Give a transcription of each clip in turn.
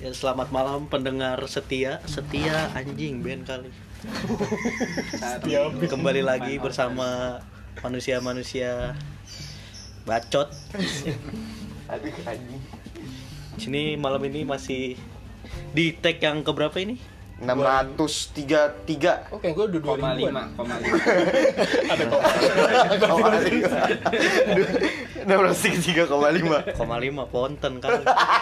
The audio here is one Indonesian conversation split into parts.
Ya, selamat malam pendengar setia anjing band kali. Kembali lagi bersama manusia-manusia bacot. Aduh anjing. Sini malam ini masih di tag yang keberapa ini? 633. Oke, gue udah 2,5. Ada koma. 633,5. 0,5 ponten kali.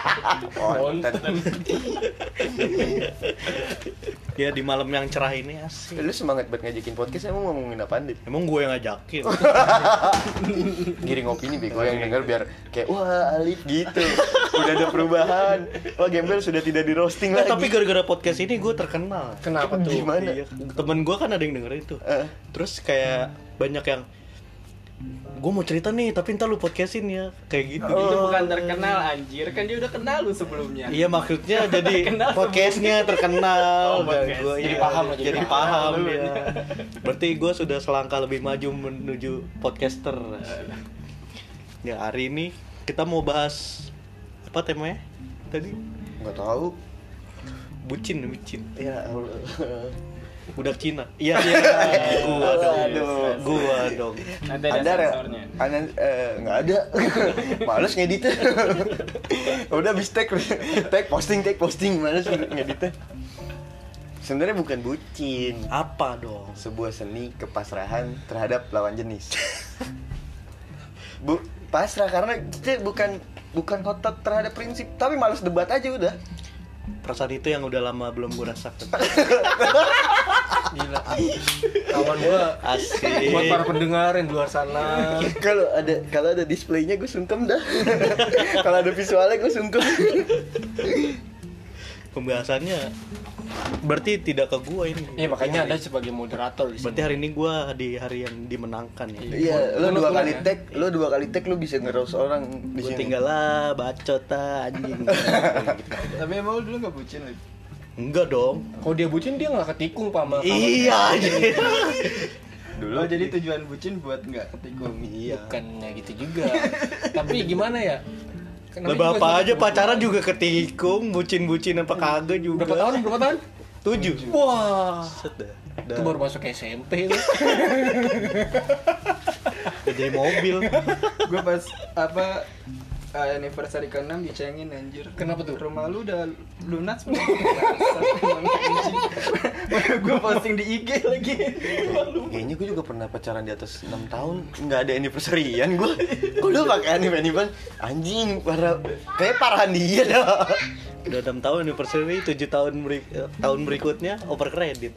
Ya di malam yang cerah ini asik. Lu semangat banget ngajakin podcast, emang ngomongin apaan, Dit? Emang gue yang ngajakin. Giring opini bego yang denger biar kayak wah Alif gitu. Udah ada perubahan. Wah, Gembel sudah tidak di roasting lagi. Tapi gara-gara podcast ini gue terkenal. Kenapa tuh? Gimana? Iya, temen gue kan ada yang denger itu. Terus kayak banyak yang gue mau cerita nih tapi ntar lu podcastin ya kayak gitu. Itu bukan terkenal anjir, kan dia udah kenal lu sebelumnya. Iya maksudnya jadi podcastnya terkenal. Gua, jadi iya, paham lah, jadi paham ya. Berarti gue sudah selangkah lebih maju menuju podcaster. Ya hari ini kita mau bahas apa temanya tadi? Nggak tahu. Bucin. Ya Allah. Budak Cina. Iya. Gua dong. Nanti Ada ada ya? sensornya. Nggak ada. Males ngeditnya. Udah habis tag posting males ngeditnya. Sebenarnya bukan bucin. Apa dong? Sebuah seni kepasrahan terhadap lawan jenis. Pasrah karena kita bukan kotot terhadap prinsip, tapi males debat aja udah. Perasaan itu yang udah lama belum gue rasakan. Gila. Kawan gua Asik. buat para pendengar yang di luar sana. Kalau ada displaynya gue sungkem dah. Kalau ada visualnya gue sungkem. Pembahasannya berarti tidak ke gua ini. Iya, makanya ada sebagai moderator di sini. Berarti hari ini gua di hari yang dimenangkan ya. Iya, lo dua kali tag lo bisa ngeroast orang di Gua sini. tinggal lah bacot anjing. Tapi emang lu dulu gak bucin lagi? Enggak dong. Kalau dia bucin dia enggak ketikung Pak sama Iya anjing. Dulu jadi tujuan bucin buat gak ketikung. Iya. bukannya gitu juga. Tapi gimana ya? Lah bapak aja pacaran juga ketikung, bucin-bucin apa kagak juga. Berapa tahun? 7. Wah. Set dah. Itu baru masuk SMP lu. Udah jadi mobil. Gue pas anniversary ke-6 dicengin anjir. Kenapa tuh? Rumah lu udah lunas belum? Gue posting di IG lagi. Kayaknya gue juga pernah pacaran di atas 6 tahun, nggak ada anniversary-an gue. Gue dulu pakai anniversary anjing, kayak parahan dia dah. Udah 6 tahun anniversary, 7 tahun tahun berikutnya over kredit.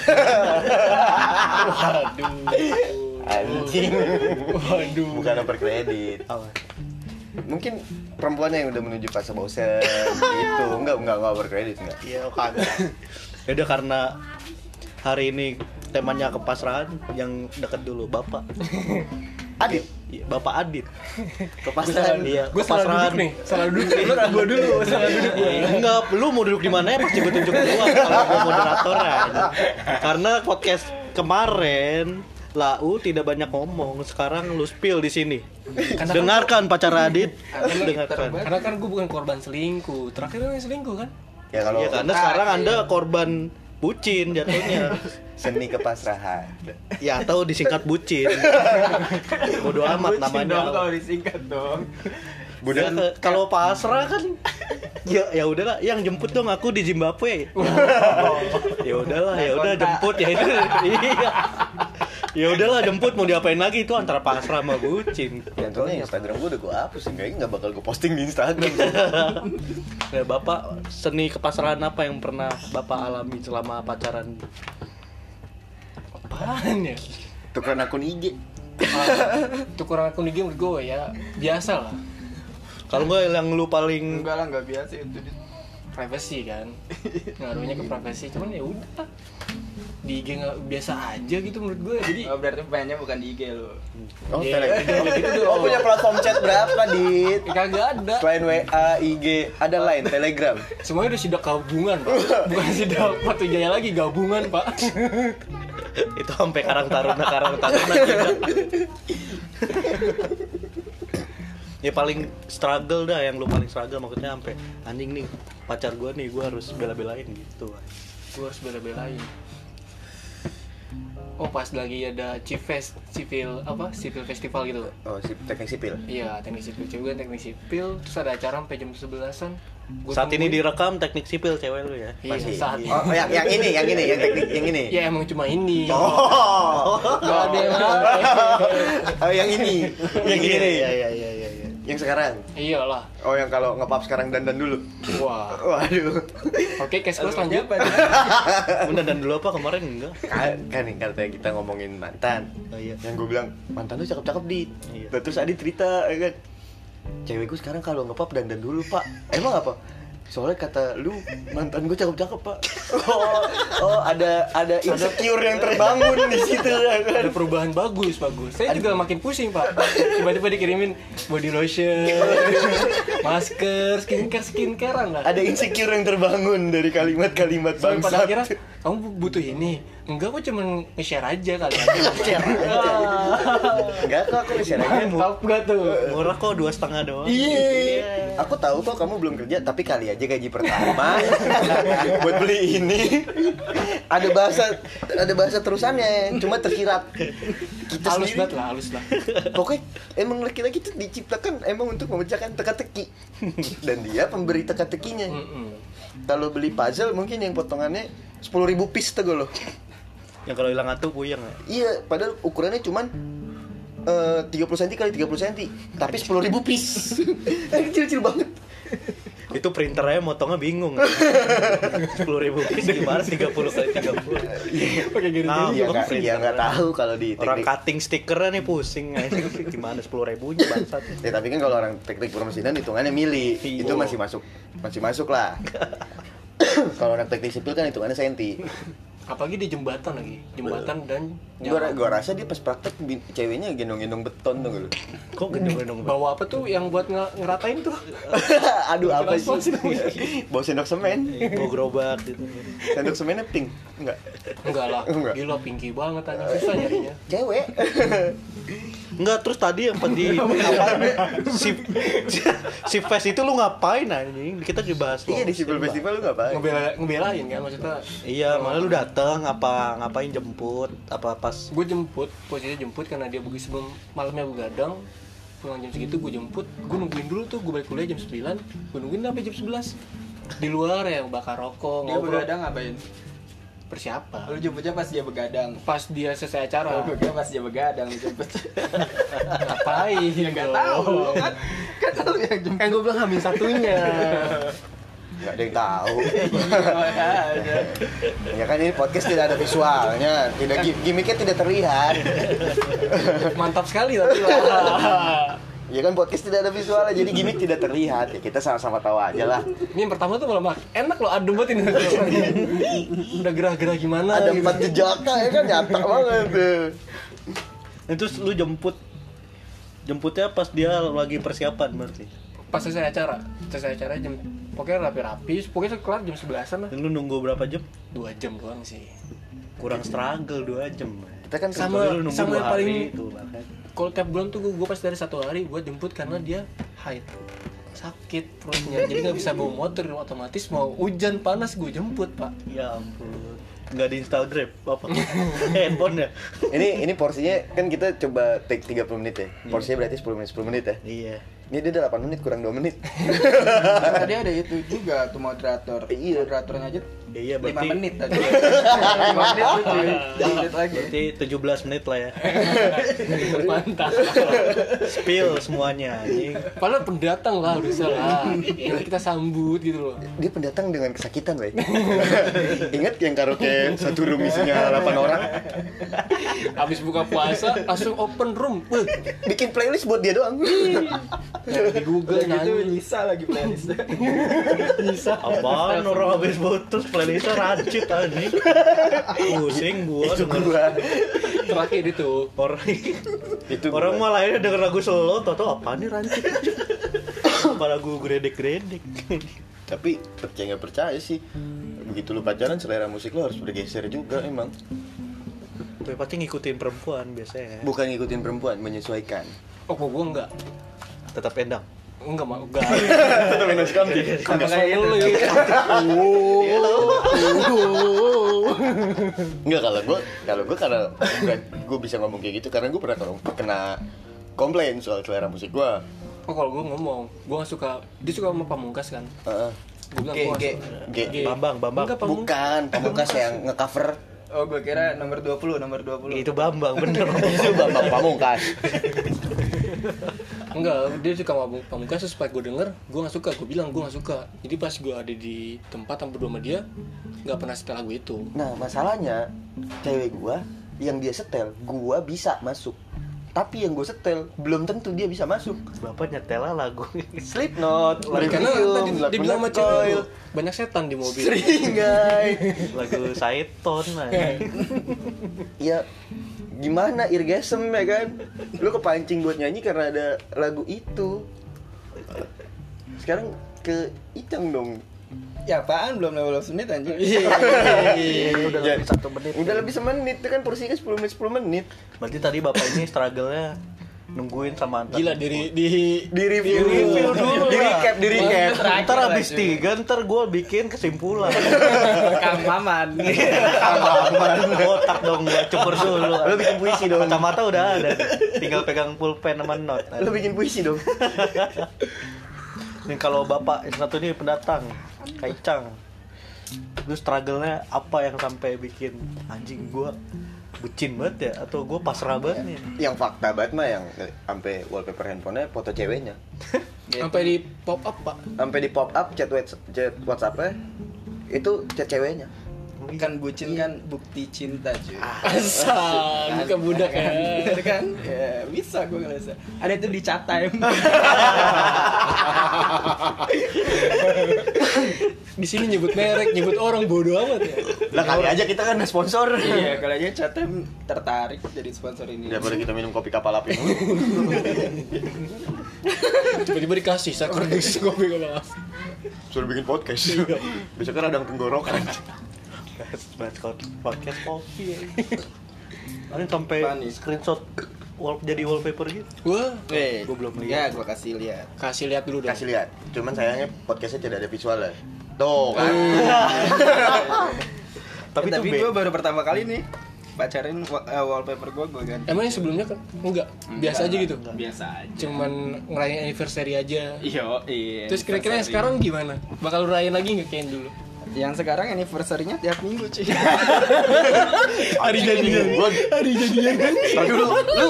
Waduh. Anjing. Waduh. Bukan over kredit. Mungkin perempuannya yang udah menuju fase bosen gitu. Enggak over kredit enggak. Iya kagak. Ya udah karena hari ini temanya kepasrahan, yang deket dulu Bapak Adit. Iya, Bapak Adit. Kepasrahan. Iya, Gue salah kepasrahan. duduk nih. Salah duduk. Lu gua dulu, salah duduk gua. Enggak, lu mau duduk di mana ya pasti gue tunjuk gua kalau gua moderatornya. Karena podcast kemarin Lau tidak banyak ngomong, sekarang lu spill di sini. Dengarkan pacar Adit. Dengarkan. Karena kan gue bukan korban selingkuh. Terakhir kan yang selingkuh kan? Ya kalau Iya, karena sekarang Anda korban bucin jatuhnya. seni kepasrahan. Ya atau disingkat bucin. Bodoh amat Bucin namanya. dong kalau disingkat dong. Ya, kalau pasrah kan ya udahlah, yang jemput dong aku di Zimbabwe. Ya udahlah, ya udah jemput ya itu. Iya. Ya udahlah jemput, mau diapain lagi, itu antara pasrah sama bucin. Contohnya Instagram gue udah gue hapus, kayaknya nggak bakal gue posting di Instagram. Ya, Bapak seni kepasrahan apa yang pernah Bapak alami selama pacaran? Apaan ya? Tukeran akun IG. Tukeran akun IG menurut gue ya biasa lah. Kalau enggak yang lu paling Enggak lah, enggak biasa itu. Privacy kan. Ngaruhnya ke privacy, cuman ya udah. Di IG nggak biasa aja gitu menurut gue. Jadi Oh, berarti pengennya bukan di IG lu. Oh, ya, Telegram. gitu dong. Oh, punya platform chat berapa, Dit? Kagak ada. Selain WA, IG, ada lain, Telegram. Semuanya udah sidak gabungan, Pak. Bukan sidak Batu Jaya lagi, gabungan, Pak. itu sampai Karang Taruna juga. Ya paling struggle dah, yang lu paling struggle maksudnya sampai anjing nih pacar gue nih, gue harus bela-belain gitu. Gue harus bela-belain. Oh pas lagi ada civil festival gitu. Oh, teknik sipil. Iya teknik sipil, cewek gue teknik sipil. Terus ada acara sampai jam 11-an. Saat ini direkam teknik sipil cewek lu ya. Iya Masih. saat ini. Oh, yang teknik yang ini. Ya emang cuma ini. Oh. Gak ada yang lain. Oh, yang ini. Yang ini nih. Iya. Yang sekarang. Iyalah. Oh, yang kalau nge-pub sekarang dandan dulu. Wah. Waduh. Oke, cash close lanjut. Udah dan dulu apa kemarin enggak? Kan katanya kita ngomongin mantan. Oh iya. Yang gue bilang, mantan lu cakep-cakep di. Iya. Terus Adi cerita kan, cewekku sekarang kalau nge-pub dandan dulu pak. Emang apa? Soalnya kata lu mantan gue cakep-cakep pak. Oh ada insecure yang terbangun di situ ya kan. Ada perubahan bagus. Saya juga makin pusing pak. Tiba-tiba dikirimin body lotion, masker, skincarean lah. Ada insecure yang terbangun dari kalimat-kalimat Soalnya pada bangsat. kira kamu butuh ini. Enggak, aku cuma nge-share aja kali. Enggak kok, aku share aja. Mantap gak tuh? Murah kok 2,5 doang. Iya. Aku tahu kok kamu belum kerja, tapi kali aja gaji pertama buat beli ini. Ada bahasa terusannya, cuma tersirat. Kita Halus sendiri- banget lah. Pokoknya emang laki-laki itu diciptakan emang untuk memecahkan teka-teki. Dan dia pemberi teka-tekinya. Kalau beli puzzle mungkin yang potongannya 10.000 piece tuh loh. Yang kalau hilang atuh puyeng ya. Iya, padahal ukurannya cuman 30 cm kali 30 cm, tapi 10.000 piece. Kecil-kecil banget. Itu printernya motongnya bingung. 10.000 piece gimana 30 kali 30. Pakai gini. Nah, Iya nggak tahu kalau di Orang teknik. cutting stikernya nih pusing aja. Gimana 10.000-nya bangsat. Ya tapi kan kalau orang teknik permesinan hitungannya mili, Iya. itu masih masuk lah. Kalau orang teknik sipil kan hitungannya senti. Apalagi di jembatan lagi. Jembatan dan Gua rasa dia pas praktek ceweknya gendong-gendong beton tuh lu. Kok gendong-gendong bawa apa tuh yang buat ngeratain tuh? Aduh apa Apa sih sih? namanya? Bawa sendok semen. bawa gerobak gitu. Sendok semennya pink. Enggak. Enggak lah. Enggak. Gila pinky banget aja. Susah nyarinya. Cewek. Enggak, terus tadi yang di si fest itu lu ngapain anjing? Kita dibahas. Iya di sipil festival lu ngapain? Ngebelain kan maksudnya. Iya, malah lu dateng ngapain jemput apa pas Gue jemput, posisinya jemput karena dia begitu sebelum malamnya begadang. Pulang jam segitu gue jemput, gue nungguin dulu tuh, gue balik kuliah jam 9. Gue nungguin sampai jam 11. Di luar ya bakar rokok, Dia ngobrol. begadang ngapain? Persiapan. Lu jemputnya pas dia begadang. Pas dia selesai acara. Oh, gue kira pas dia begadang lu jemput. Ngapain? Ya enggak tahu kan. Kan lu yang jemput. Kan gue bilang hamil satunya. Enggak ada yang tahu. Iya, Ya kan ini podcast tidak ada visualnya, tidak gimmicknya tidak terlihat. Mantap sekali tapi lah. Ya kan podcast tidak ada visualnya, jadi gimmick tidak terlihat. Ya kita sama-sama tahu aja lah. Ini yang pertama tuh malah enak loh, adem banget ini. Udah gerah-gerah gimana Ada gitu. 4 jejaknya ya kan, nyata banget tuh. itu lu jemputnya pas dia lagi persiapan berarti. Pas selesai acara jam pokoknya rapi-rapi, pokoknya kelar jam 11-an lah. Dan lu nunggu berapa jam? 2 jam doang sih. Kurang struggle 2 jam. Kita kan Sama- Lu nunggu sama 2 yang hari paling- itu bahkan. Kalau tiap bulan tuh gue pas dari 1 hari gue jemput karena dia haid, sakit perutnya, jadi nggak bisa bawa motor, otomatis mau hujan panas gue jemput pak. Ya ampun. Nggak di Instagram apa? Handphone ya? ini porsinya kan kita coba take 30 menit ya. Porsinya berarti 10 menit ya. Iya. Ini dia udah 8 menit kurang 2 menit. Tadi ada itu juga tuh moderator. Iya. Moderatornya aja Iya 5 berarti menit tadi. 5 menit lucu. 5 menit lagi. berarti 17 menit lah ya. Mantap. Spill semuanya anjing. Padahal pendatang lah udah salah. Nanti kita sambut gitu loh. Dia pendatang dengan kesakitan, Bay. Ingat yang karaoke satu room isinya 8 orang? Habis buka puasa langsung open room. Bikin playlist buat dia doang. Di Google Udah gitu nyanyi. Lisa lagi playlistnya. Bisa. Apaan orang habis putus playlistnya rancit anjing. Pusing gua Itu denger. gua. Terakhir itu. Itu Orang gua. malah ini denger lagu slow, tau apaan nih rancit. Apa lagu gredek-gredek. Tapi percaya nggak percaya sih, begitu lu pacaran selera musik lu harus bergeser juga emang. Tapi pasti ngikutin perempuan biasanya. Bukan ngikutin perempuan, menyesuaikan. Oh kok gue enggak. Tetap endang. Enggak mau, enggak. Tetap minus kamti. Sama kayak lu ya. Enggak, kalau gue karena gue bisa ngomong kayak gitu karena gue pernah kena komplain soal selera musik gue. Oh kalau gue ngomong, gue gak suka, dia suka sama Pamungkas kan. Gue bilang gue gak suka. Bambang. Enggak, Bukan, Pamungkas yang nge-cover. Oh, gue kira nomor 20. Itu Bambang, bener. Itu Bambang Pamungkas. Enggak, dia suka sama Pamungkas, terus pas gue denger, gue gak suka, gue bilang gue gak suka. Jadi pas gue ada di tempat sama berdua sama dia, gak pernah setel lagu itu. Nah, masalahnya cewek gue yang dia setel, gue bisa masuk. Tapi yang gue setel belum tentu dia bisa masuk. Bapak nyetel lagu Slipknot, Karena tadi dia bilang sama cewek lu, banyak setan di mobil. Seringai. lagu Saiton lah. Ya gimana irgasem ya kan? Lu kepancing buat nyanyi karena ada lagu itu. Sekarang ke Icang dong. Ya apaan belum 15 menit anjing. Udah lebih 1 menit. Udah lebih semenit itu kan porsinya 10 menit. Berarti tadi bapak ini struggle-nya nungguin sama Anton. Gila di Di-review dulu. Di recap. Ntar abis 3, ntar gue bikin kesimpulan. Kang Maman. Otak dong, gue cukur dulu. Lu bikin puisi dong. Kacamata udah ada, tinggal pegang pulpen sama note. Lu bikin puisi dong. Nih kalau bapak yang satu ini pendatang, Kaicang, itu struggle-nya apa yang sampai bikin anjing gue bucin banget ya, atau gue pasrah banget nih? Yang fakta banget mah yang sampai wallpaper handphonenya foto ceweknya. sampai di pop up pak. Sampai di pop up chat WhatsApp-nya itu chat ceweknya. Kan bucin kan bukti cinta cuy. Asal bukan budak ya. Bener kan? Ya bisa gue ngerasa. Ada itu di chat time. Di sini nyebut merek, nyebut orang bodoh amat ya. Lah kali aja kita kan sponsor. Iya, kalau aja chat time tertarik jadi sponsor ini. Daripada kita minum kopi kapal api. Tiba-tiba dikasih sakardus kopi kalau maaf. Suruh bikin podcast. Besoknya radang tenggorokan. Podcast kopi ya. Ini sampai Panis. screenshot jadi wallpaper gitu. Wah, Gua belum lihat. Ya, gue kasih lihat. kasih lihat dulu dong. Kasih lihat. Cuman sayangnya podcastnya tidak ada visualnya. Tuh kan. Tapi Tapi itu gue baru pertama kali nih pacarin wallpaper gue ganti. Emang yang sebelumnya kan enggak, biasa aja gitu. Biasa aja. Cuman ngerayain anniversary aja. Iya. Terus kira-kira yang sekarang gimana? Bakal lu rayain lagi nggak kayak dulu? Yang sekarang anniversary-nya tiap minggu cuy. Hari jadian. Hari jadian kan? Dulu lu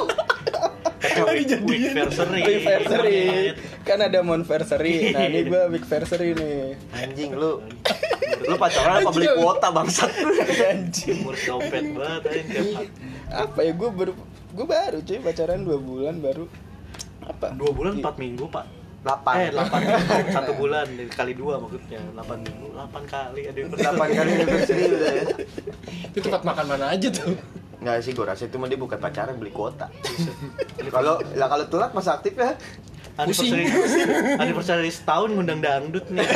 Anniversary. Kan ada monversary. Nah, ini gue bigversary nih. anjing lu pacaran apa beli kuota bangsat. Anjing. Umur dompet banget aja tiap hari. Apa ya gue baru cuy pacaran 2 bulan baru. Apa? 2 bulan 4 minggu pak. 8 8 1 bulan kali 2 maksudnya 8 minggu 8 kali ada 8 kali anniversary udah ya. Itu tempat makan mana aja tuh? Nggak sih, gue rasa itu mah dia bukan pacaran, beli kuota. Kalau telat masa aktif ya. Anniversary setahun ngundang dangdut nih.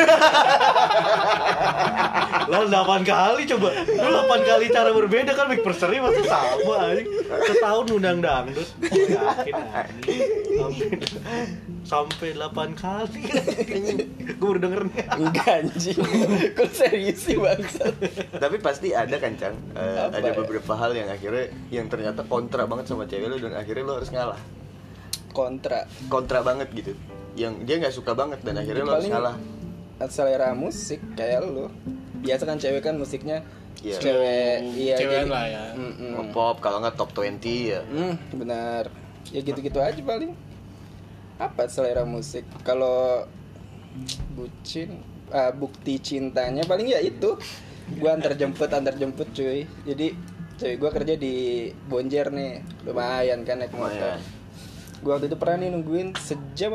Lalu 8 kali coba. Lu 8 kali cara berbeda kan anniversary masih sama anjing. Setahun ngundang dangdut. Yakin anjing. Sampai 8 kali. Gue baru denger nih. Enggak anjing. Kok serius sih bangsat? Tapi pasti ada kan, Cang. Apa Ada ya? beberapa hal yang akhirnya yang ternyata kontra banget sama cewek lu dan akhirnya lu harus ngalah. Kontra banget gitu. Yang dia nggak suka banget dan akhirnya lu harus Paling ngalah. selera musik kayak lu. Biasa kan cewek kan musiknya Iya. cewek iya Cewekan jadi- lah ya. Pop kalau nggak top 20 ya. Benar. Ya gitu-gitu aja paling. Apa selera musik? Kalau bucin bukti cintanya paling ya itu. Gua antar jemput cuy. Jadi cewek gua kerja di Bonjer nih. Lumayan kan naik motor. Lumayan. Gua waktu itu pernah nih nungguin sejam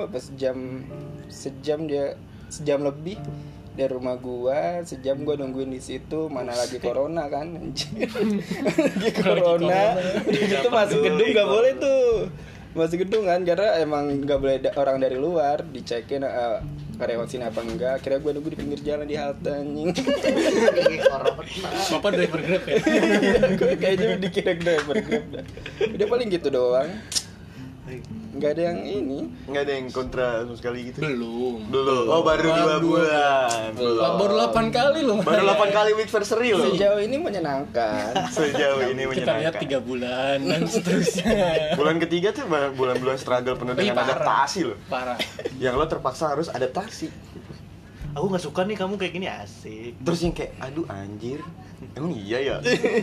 lebih dari rumah gua, sejam gua nungguin di situ, mana lagi corona kan anjir. Lagi corona. Udah gitu masuk gedung nggak boleh tuh. Masuk gedung kan karena emang nggak boleh orang dari luar dicekin karyawan sini apa enggak. Kira gua nunggu di pinggir jalan di halte anjing. Bapak driver Grab ya? Gue kayaknya dikira driver Grab dah. Udah paling gitu doang. nggak ada yang ini. Nggak ada yang kontra sama sekali gitu. Belum. Oh baru 2 bulan. Baru 8 kali loh. Baru 8 kali anniversary loh. Sejauh ini menyenangkan. Sejauh ini Kita lihat menyenangkan. 3 bulan dan seterusnya. Bulan ketiga tuh bulan-bulan struggle penuh Ih, dengan parah. adaptasi loh. Parah. Yang lo terpaksa harus adaptasi. Aku nggak suka nih kamu kayak gini, asik. Terus yang kayak aduh anjir. Emang iya ya?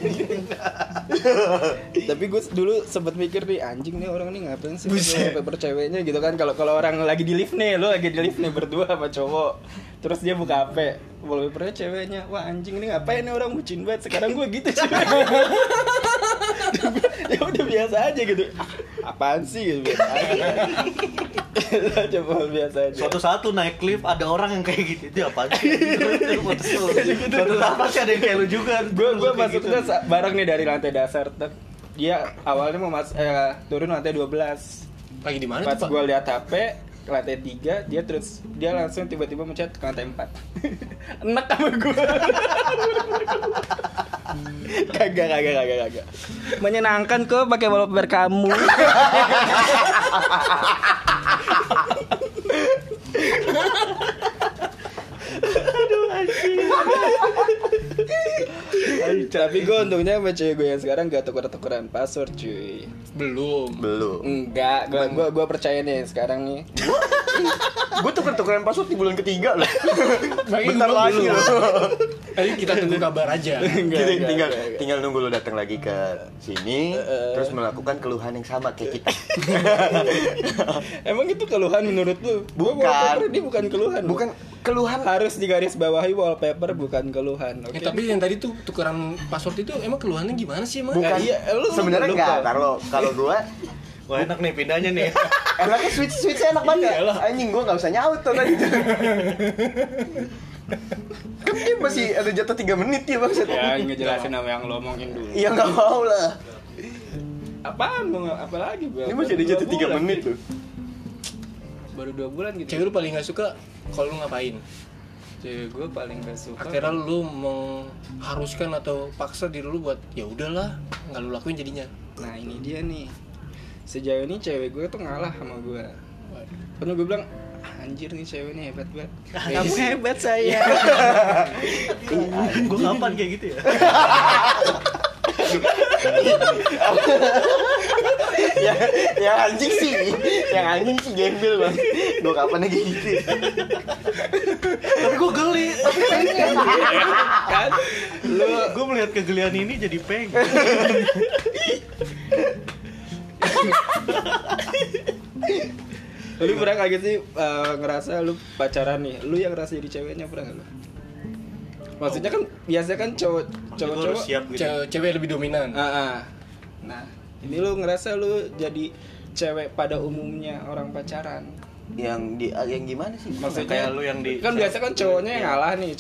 Tapi gue dulu sempet mikir nih, anjing nih orang nih ngapain sih pakai wallpaper ceweknya gitu kan. Kalau orang lagi di lift nih, lo lagi di lift nih berdua sama cowok, terus dia buka HP, wallpapernya ceweknya, wah anjing ini ngapain nih orang bucin banget. Sekarang gue gitu sih. Ya udah biasa aja gitu. Apaan sih gitu, biasa aja. Coba biasa aja. Suatu saat tuh naik lift ada orang yang kayak gitu, itu apa sih? Suatu saat pasti ada yang kayak lu juga. Gue masuknya bareng nih dari lantai dasar. Dia awalnya mau turun lantai 12. Lagi di mana Pas tuh, Pak? gue lihat HP ke lantai 3, dia langsung tiba-tiba mencet ke lantai 4. Enak sama gue. Kagak. Menyenangkan kok pakai wallpaper kamu. Tapi gue untungnya sama cewek gue yang sekarang gak tuker-tukeran password cuy. Belum. Enggak, gue percaya nih sekarang nih. Gue tuker-tukeran password di bulan ketiga loh. Bagi Bentar gua lagi belum. loh. Ayo kita tunggu kabar aja. Tinggal nunggu lo datang lagi ke sini, terus melakukan keluhan yang sama kayak kita. Emang itu keluhan menurut lu? Gua Bukan. wallpaper ini bukan keluhan. Bukan keluhan. Harus digaris bawahi wallpaper bukan keluhan. Oke. Tapi yang tadi tuh tukeran password itu emang keluhannya gimana sih emang? Bukan. iya, lu Sebenarnya lupa. enggak. Kalau gue Wah enak nih pindahnya nih. enaknya switch enak banget. Anjing gue enggak usah nyaut tuh tadi. Kan dia masih ada jatah 3 menit ya bang. Ya ngejelasin apa yang lo omongin dulu. Iya enggak mau lah. Apaan? Mau apa lagi? Ini masih ada jatah 3 menit tuh. Baru 2 bulan gitu. Cewek lu paling gak suka kalau lu ngapain? Cewek gue paling gak suka. Akhirnya lu mengharuskan atau paksa diri lu buat ya udahlah, nggak lu lakuin jadinya. Nah ini dia nih. Sejauh ini cewek gue tuh ngalah sama gue. Penuh gue bilang, anjir nih cewek ini hebat banget. Kamu hebat saya. Gue kapan kayak gitu ya? Yang anjing sih gembel bang. Gue kapan lagi gitu. Tapi gue geli, tapi pengen. Kan? Gue melihat kegelian ini jadi pengen. Lu pernah kaget sih ngerasa lu pacaran nih, lu yang ngerasa jadi ceweknya pernah nggak lu? Maksudnya kan biasanya kan Harus cowok-cowok siap gitu. Cewek lebih dominan. Nah, ini lu ngerasa lu jadi cewek pada umumnya orang pacaran. Yang gimana sih? Maksudnya kayak lu yang di kan biasa kan cowoknya yang ngalah nih,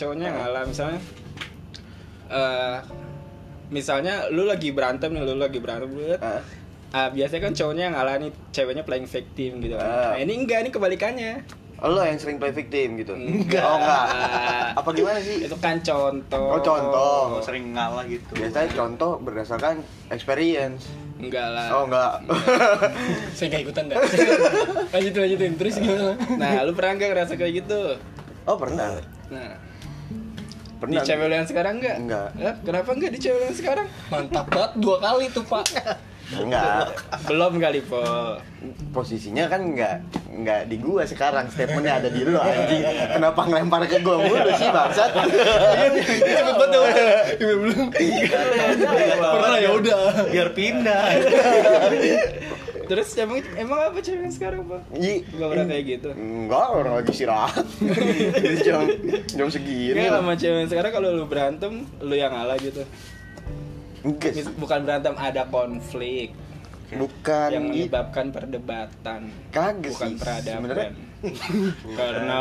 misalnya lu lagi berantem biasanya kan cowoknya yang ngalah nih, ceweknya playing victim gitu kan. Nah, ini enggak, ini kebalikannya. Lo yang sering play victim gitu? Enggak. Oh enggak. Apa gimana sih? Itu kan contoh. Oh contoh. sering ngalah gitu. Biasanya contoh berdasarkan experience. Enggak lah. Oh enggak. Saya nggak ikutan dah. lanjutin terus gimana? Nah, lu pernah nggak ngerasa kayak gitu? Oh pernah. Nah, Pernah. di cewek lu yang sekarang enggak? Enggak. Kenapa enggak di cewek lu yang sekarang? Mantap banget 2 kali tuh Pak. Enggak. Belum kali, Po. Posisinya kan enggak di gua sekarang, statementnya ada di lu anjing. Kenapa ngelempar ke gua mulu sih bangsat? Cepet banget dong. Belum. Pernah ya udah. Biar pindah. Terus emang apa cewek yang sekarang, Po? Enggak pernah kayak gitu. Enggak, orang lagi istirahat. jam segini. Kayak lah. sama cewek yang sekarang kalau lu berantem, lu yang ngalah gitu. Enggak sih. Bukan berantem, ada konflik Bukan yang gitu. menyebabkan perdebatan. Kagak Bukan sih. peradaban. Sebenarnya Karena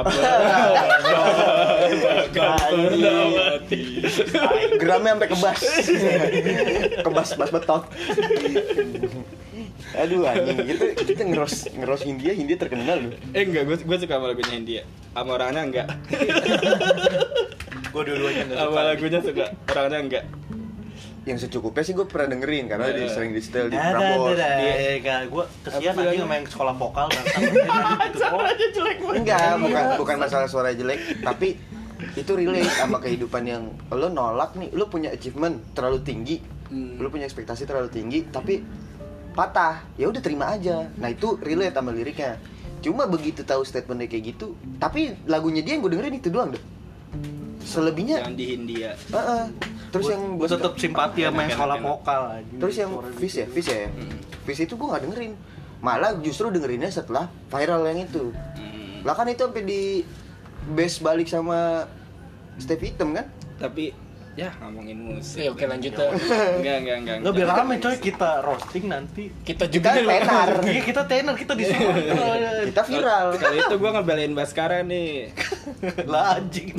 gramnya sampai kebas. Kebas betot. Aduh anjing, kita ngeros Hindia terkenal loh. enggak, gue suka sama lagunya India. Sama orangnya enggak. Gue dua-duanya nggak Sama suka. lagunya suka, orangnya enggak. yang secukupnya sih gue pernah dengerin karena sering di setel di Ada, Prambors. gue kesian Apa lagi bilangnya? sama yang sekolah vokal dan Suaranya jelek banget. Enggak, bukan masalah suara jelek, tapi itu relate sama kehidupan yang lo nolak nih, lo punya achievement terlalu tinggi, lo punya ekspektasi terlalu tinggi, tapi patah, ya udah terima aja. Nah itu relate sama liriknya. Cuma begitu tahu statementnya kayak gitu, tapi lagunya dia yang gue dengerin itu doang deh. Selebihnya, Jangan di Hindia. terus yang gue tetap simpati sama yang sekolah vokal aja. terus yang Fish ya, Fish itu gue nggak dengerin, malah justru dengerinnya setelah viral yang itu. Lah kan itu sampai di base balik sama Step Hitam kan? Tapi ya ngomongin musik. Oke lanjut ya. Enggak. Nggak biar rame coy, kita roasting nanti. Kita Kita juga tenar, Iya kita tenar, kita disuruh. kita viral. Kali itu gue ngebelain Baskara nih. Lah anjing.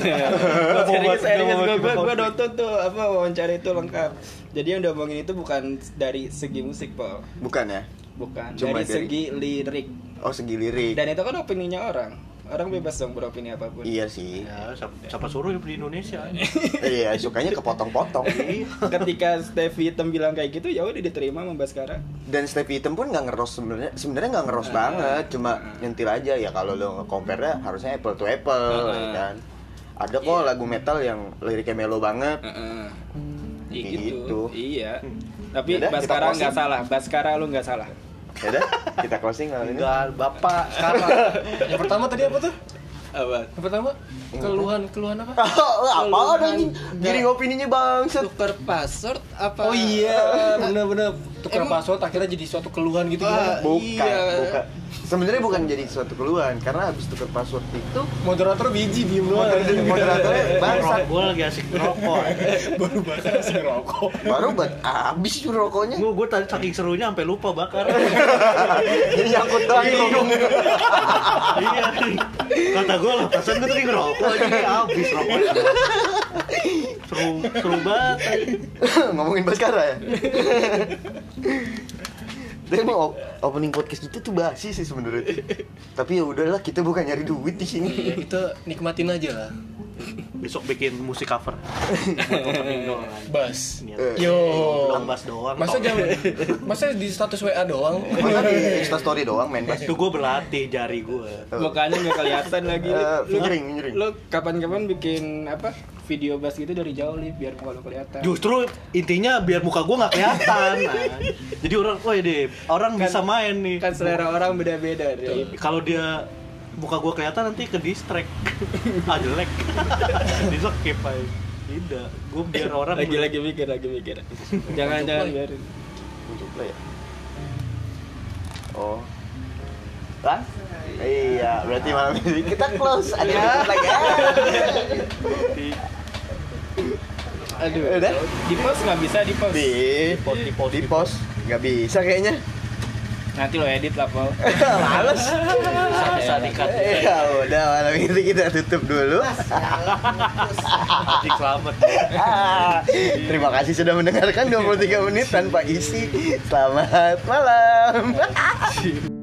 Serius gue nonton tuh apa wawancara itu lengkap. Jadi yang diomongin itu bukan dari segi musik, Paul. Bukan ya? Bukan. Cuma Dari dari- segi lirik. Oh segi lirik. Dan itu kan opininya orang. Orang bebas dong beropini apapun. Iya sih. Ya, siapa suruh hidup di Indonesia? Iya, sukanya kepotong-potong. Ketika Stevie Hitam bilang kayak gitu, ya udah diterima sama Baskara. Dan Step Hitam pun nggak ngeros sebenarnya nggak ngeros banget, cuma nyentil aja ya. Kalau lo nge-compare harusnya apple to apple ya kan. Ada kok lagu metal yang liriknya melo banget. Iya Gitu. gitu. Iya. Tapi Yaudah, kita Baskara closing. nggak salah. Baskara lu nggak salah. Ya udah, kita closing kali ini. Enggak, Bapak sekarang. Yang pertama tadi apa tuh? Apa? Yang pertama keluhan apa? Apa anjing? Giring opininya bangsat. Tukar password apa? Oh iya, bener-bener tukar Emang- password akhirnya jadi suatu keluhan gitu. Ah, gimana? Bukan. Sebenarnya bukan jadi suatu keluhan karena habis tukar password itu Moderator biji diem doang. moderatornya bangsat. Gue lagi asik ngerokok. Baru bakar langsung ngerokok. Baru buat habis tuh rokoknya. Gue tadi saking serunya sampai lupa bakar. Jadi nyangkut doang di hidung. Iya. Kata gue lah, perasaan gue tadi ngerokok jadi habis rokoknya. Seru banget. Ngomongin Baskara ya. Tapi emang opening podcast kita tuh basi sih sebenarnya. Tapi ya udahlah, kita bukan nyari duit di sini. Iya, kita nikmatin aja lah. Besok bikin musik cover. Bas. Niat. Yo. Bilang bass doang. Masa di status WA doang? Masa di Insta story doang main bass. Itu gue berlatih jari gue. Mukanya nggak kelihatan lagi. Fingering. Lu kapan-kapan bikin apa? Video bass gitu dari jauh nih biar muka lu kelihatan. Justru intinya biar muka gue nggak kelihatan. Nah, jadi orang bisa main nih. Kan selera orang beda-beda deh. Kalau dia muka gue kelihatan nanti ke distract. Jelek. Di skip aja. Tidak, gue biar orang Lagi mikir. Jangan biarin. Untuk play ya. Oh. Kan? Iya, berarti malam ini kita close. Ada yang lagi. Aduh. Udah? Di post nggak bisa di post. Di post nggak bisa kayaknya. Nanti lo edit lah, Paul. Males. bisa dikat. Ya udah, malam ini kita tutup dulu. Selamat. Terima kasih sudah mendengarkan 23 menit tanpa isi. Selamat malam.